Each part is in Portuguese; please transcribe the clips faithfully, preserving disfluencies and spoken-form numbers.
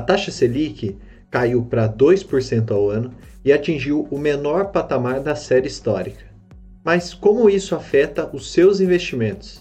taxa Selic caiu para dois por cento ao ano e atingiu o menor patamar da série histórica. Mas como isso afeta os seus investimentos?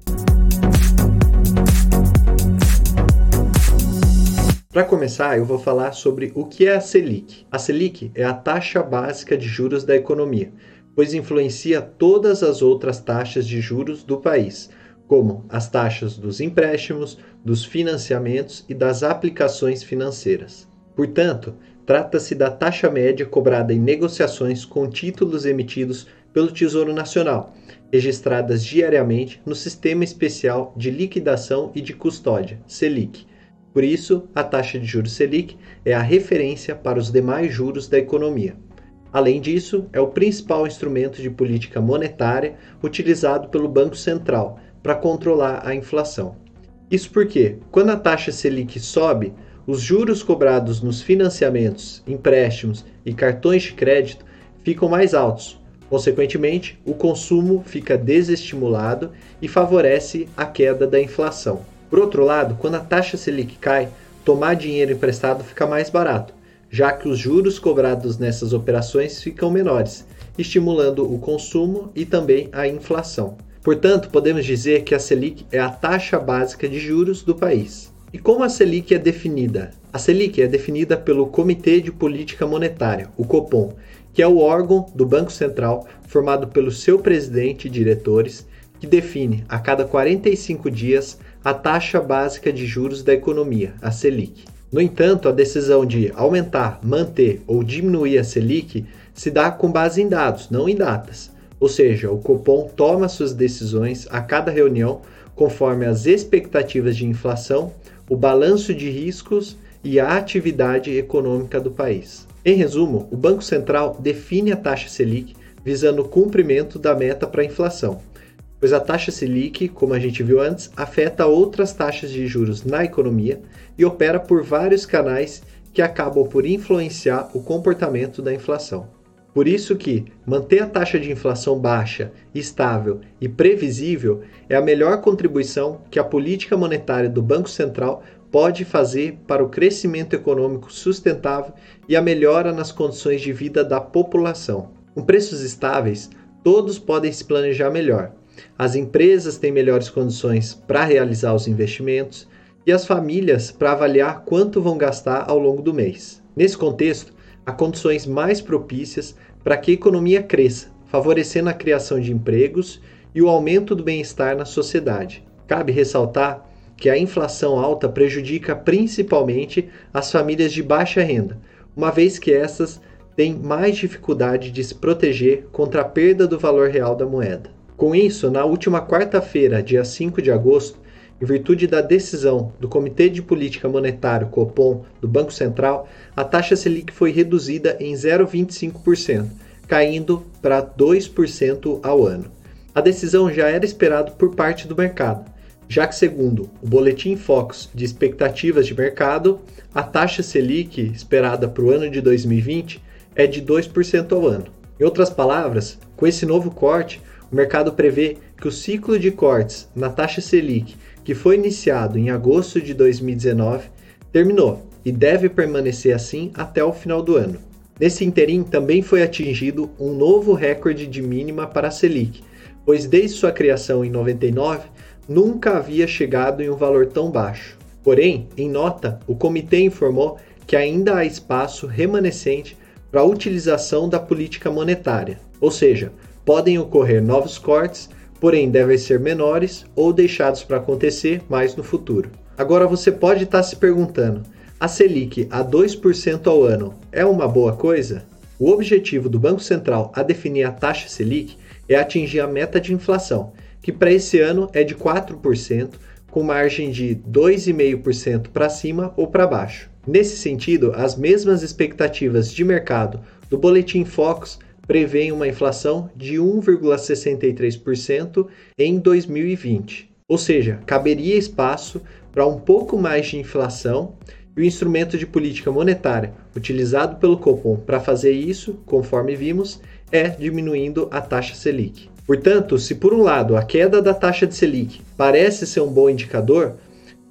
Para começar, eu vou falar sobre o que é a Selic. A Selic é a taxa básica de juros da economia, pois influencia todas as outras taxas de juros do país, como as taxas dos empréstimos, dos financiamentos e das aplicações financeiras. Portanto, trata-se da taxa média cobrada em negociações com títulos emitidos pelo Tesouro Nacional, registradas diariamente no Sistema Especial de Liquidação e de Custódia, Selic. Por isso, a taxa de juros Selic é a referência para os demais juros da economia. Além disso, é o principal instrumento de política monetária utilizado pelo Banco Central para controlar a inflação. Isso porque, quando a taxa Selic sobe, os juros cobrados nos financiamentos, empréstimos e cartões de crédito ficam mais altos. Consequentemente, o consumo fica desestimulado e favorece a queda da inflação. Por outro lado, quando a taxa Selic cai, tomar dinheiro emprestado fica mais barato, já que os juros cobrados nessas operações ficam menores, estimulando o consumo e também a inflação. Portanto, podemos dizer que a Selic é a taxa básica de juros do país. E como a Selic é definida? A Selic é definida pelo Comitê de Política Monetária, o Copom, que é o órgão do Banco Central formado pelo seu presidente e diretores, que define a cada quarenta e cinco dias a taxa básica de juros da economia, a Selic. No entanto, a decisão de aumentar, manter ou diminuir a Selic se dá com base em dados, não em datas. Ou seja, o Copom toma suas decisões a cada reunião conforme as expectativas de inflação, o balanço de riscos e a atividade econômica do país. Em resumo, o Banco Central define a taxa Selic visando o cumprimento da meta para a inflação, pois a taxa Selic, como a gente viu antes, afeta outras taxas de juros na economia e opera por vários canais que acabam por influenciar o comportamento da inflação. Por isso que manter a taxa de inflação baixa, estável e previsível é a melhor contribuição que a política monetária do Banco Central pode fazer para o crescimento econômico sustentável e a melhora nas condições de vida da população. Com preços estáveis, todos podem se planejar melhor. As empresas têm melhores condições para realizar os investimentos e as famílias para avaliar quanto vão gastar ao longo do mês. Nesse contexto, há condições mais propícias para que a economia cresça, favorecendo a criação de empregos e o aumento do bem-estar na sociedade. Cabe ressaltar que a inflação alta prejudica principalmente as famílias de baixa renda, uma vez que essas têm mais dificuldade de se proteger contra a perda do valor real da moeda. Com isso, na última quarta-feira, dia cinco de agosto, em virtude da decisão do Comitê de Política Monetária, Copom, do Banco Central, a taxa Selic foi reduzida em zero vírgula vinte e cinco por cento, caindo para dois por cento ao ano. A decisão já era esperada por parte do mercado, já que, segundo o Boletim Focus de Expectativas de Mercado, a taxa Selic esperada para o ano de dois mil e vinte é de dois por cento ao ano. Em outras palavras, com esse novo corte, o mercado prevê que o ciclo de cortes na taxa Selic, que foi iniciado em agosto de dois mil e dezenove, terminou e deve permanecer assim até o final do ano. Nesse interim também foi atingido um novo recorde de mínima para a Selic, pois desde sua criação em noventa e nove, nunca havia chegado em um valor tão baixo. Porém, em nota, o comitê informou que ainda há espaço remanescente para a utilização da política monetária, ou seja, podem ocorrer novos cortes, porém devem ser menores ou deixados para acontecer mais no futuro. Agora você pode estar se perguntando, a Selic a dois por cento ao ano é uma boa coisa? O objetivo do Banco Central a definir a taxa Selic é atingir a meta de inflação, que para esse ano é de quatro por cento, com margem de dois vírgula cinco por cento para cima ou para baixo. Nesse sentido, as mesmas expectativas de mercado do Boletim Focus prevêem uma inflação de um vírgula sessenta e três por cento em dois mil e vinte. Ou seja, caberia espaço para um pouco mais de inflação e o instrumento de política monetária utilizado pelo Copom para fazer isso, conforme vimos, é diminuindo a taxa Selic. Portanto, se por um lado a queda da taxa de Selic parece ser um bom indicador,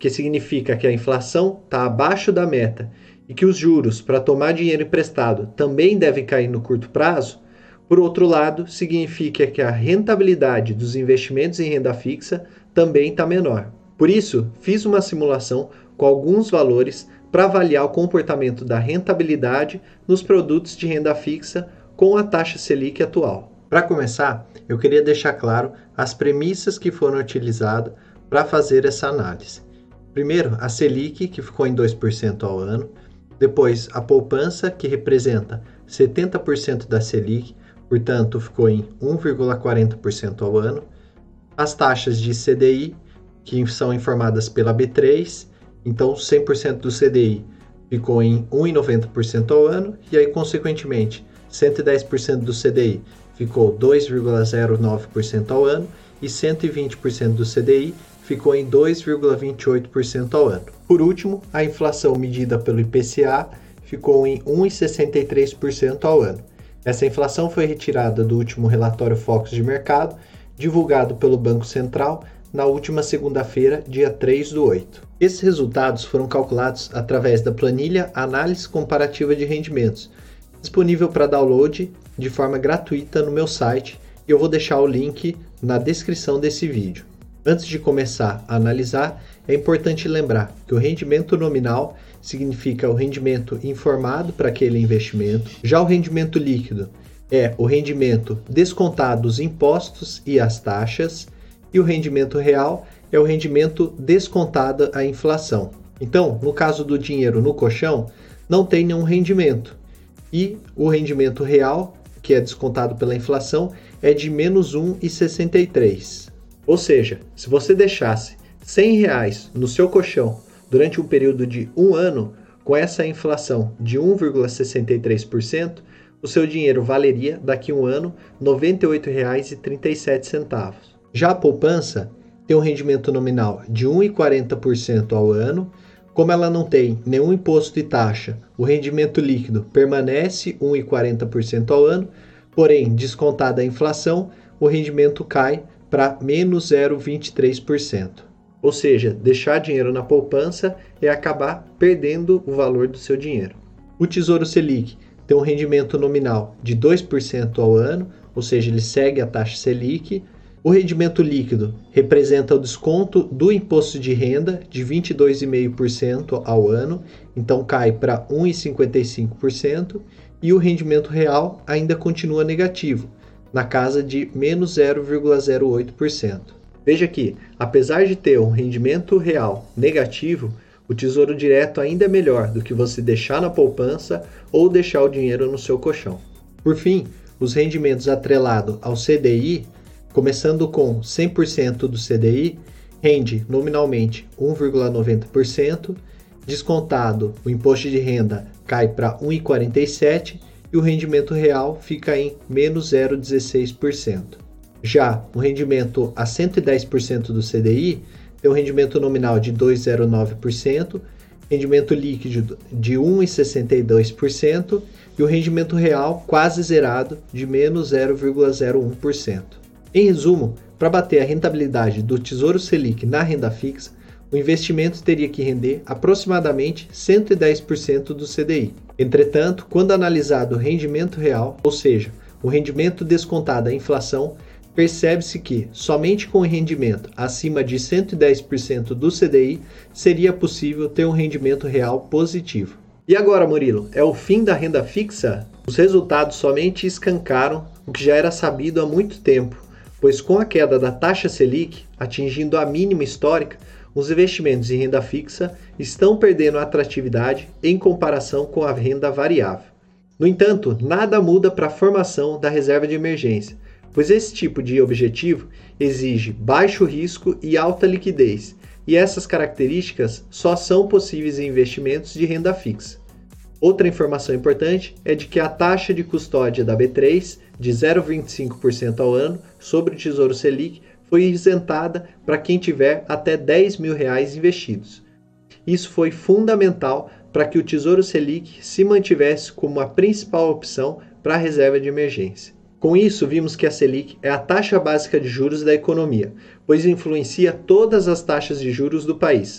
que significa que a inflação está abaixo da meta e que os juros para tomar dinheiro emprestado também devem cair no curto prazo, por outro lado, significa que a rentabilidade dos investimentos em renda fixa também está menor. Por isso, fiz uma simulação com alguns valores para avaliar o comportamento da rentabilidade nos produtos de renda fixa com a taxa Selic atual. Para começar, eu queria deixar claro as premissas que foram utilizadas para fazer essa análise. Primeiro, a Selic, que ficou em dois por cento ao ano. Depois, a poupança, que representa setenta por cento da Selic, portanto, ficou em um vírgula quarenta por cento ao ano. As taxas de C D I, que são informadas pela B três, então cem por cento do C D I ficou em um vírgula noventa por cento ao ano, e aí, consequentemente, cento e dez por cento do C D I ficou dois vírgula zero nove por cento ao ano, e cento e vinte por cento do C D I ficou em dois vírgula vinte e oito por cento ao ano. Por último, a inflação medida pelo I P C A ficou em um vírgula sessenta e três por cento ao ano. Essa inflação foi retirada do último relatório Focus de Mercado, divulgado pelo Banco Central na última segunda-feira, dia três do oito. Esses resultados foram calculados através da planilha Análise Comparativa de Rendimentos, disponível para download de forma gratuita no meu site, e eu vou deixar o link na descrição desse vídeo. Antes de começar a analisar, é importante lembrar que o rendimento nominal significa o rendimento informado para aquele investimento. Já o rendimento líquido é o rendimento descontado os impostos e as taxas, e o rendimento real é o rendimento descontado a inflação. Então, no caso do dinheiro no colchão, não tem nenhum rendimento, e o rendimento real, que é descontado pela inflação, é de menos um vírgula sessenta e três. Ou seja, se você deixasse cem reais no seu colchão durante um período de um ano, com essa inflação de um vírgula sessenta e três por cento, o seu dinheiro valeria, daqui a um ano, noventa e oito reais e trinta e sete centavos. Já a poupança tem um rendimento nominal de um vírgula quarenta por cento ao ano. Como ela não tem nenhum imposto e taxa, o rendimento líquido permanece um vírgula quarenta por cento ao ano, porém, descontada a inflação, o rendimento cai para menos zero vírgula vinte e três por cento. Ou seja, deixar dinheiro na poupança é acabar perdendo o valor do seu dinheiro. O Tesouro Selic tem um rendimento nominal de dois por cento ao ano, ou seja, ele segue a taxa Selic. O rendimento líquido representa o desconto do imposto de renda de vinte e dois vírgula cinco por cento ao ano, então cai para um vírgula cinquenta e cinco por cento, e o rendimento real ainda continua negativo, na casa de menos zero vírgula zero oito por cento. Veja que, apesar de ter um rendimento real negativo, o Tesouro Direto ainda é melhor do que você deixar na poupança ou deixar o dinheiro no seu colchão. Por fim, os rendimentos atrelados ao C D I, começando com cem por cento do C D I, rende nominalmente um vírgula noventa por cento, descontado o imposto de renda cai para um vírgula quarenta e sete por cento e o rendimento real fica em menos zero vírgula dezesseis por cento. Já o rendimento a cento e dez por cento do C D I tem um rendimento nominal de dois vírgula zero nove por cento, rendimento líquido de um vírgula sessenta e dois por cento e o rendimento real quase zerado de menos zero vírgula zero um por cento. Em resumo, para bater a rentabilidade do Tesouro Selic na renda fixa, o investimento teria que render aproximadamente cento e dez por cento do C D I. Entretanto, quando analisado o rendimento real, ou seja, o rendimento descontado à inflação, percebe-se que somente com o rendimento acima de cento e dez por cento do C D I seria possível ter um rendimento real positivo. E agora, Murilo, é o fim da renda fixa? Os resultados somente escancaram o que já era sabido há muito tempo, pois com a queda da taxa Selic atingindo a mínima histórica, os investimentos em renda fixa estão perdendo atratividade em comparação com a renda variável. No entanto, nada muda para a formação da reserva de emergência, pois esse tipo de objetivo exige baixo risco e alta liquidez, e essas características só são possíveis em investimentos de renda fixa. Outra informação importante é de que a taxa de custódia da B três, de zero vírgula vinte e cinco por cento ao ano, sobre o Tesouro Selic, foi isentada para quem tiver até dez mil reais investidos. Isso foi fundamental para que o Tesouro Selic se mantivesse como a principal opção para a reserva de emergência. Com isso, vimos que a Selic é a taxa básica de juros da economia, pois influencia todas as taxas de juros do país.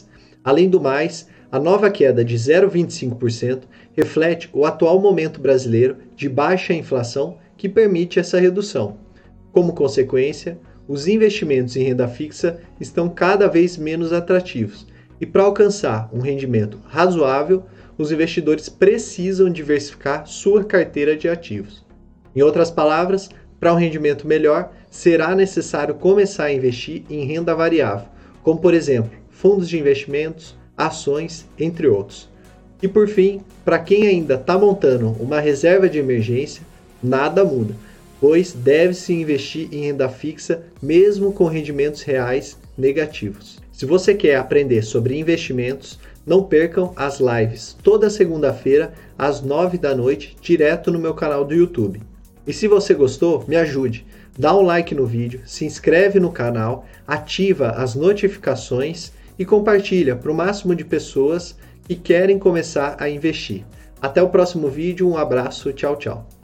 Além do mais, a nova queda de zero vírgula vinte e cinco por cento reflete o atual momento brasileiro de baixa inflação que permite essa redução. Como consequência, os investimentos em renda fixa estão cada vez menos atrativos e, para alcançar um rendimento razoável, os investidores precisam diversificar sua carteira de ativos. Em outras palavras, para um rendimento melhor, será necessário começar a investir em renda variável, como por exemplo, fundos de investimentos, ações, entre outros. E por fim, para quem ainda está montando uma reserva de emergência, nada muda, pois deve-se investir em renda fixa mesmo com rendimentos reais negativos. Se você quer aprender sobre investimentos, não percam as lives toda segunda-feira às nove da noite, direto no meu canal do YouTube. E se você gostou, me ajude, dá um like no vídeo, se inscreve no canal, ativa as notificações e compartilha para o máximo de pessoas que querem começar a investir. Até o próximo vídeo, um abraço, tchau, tchau.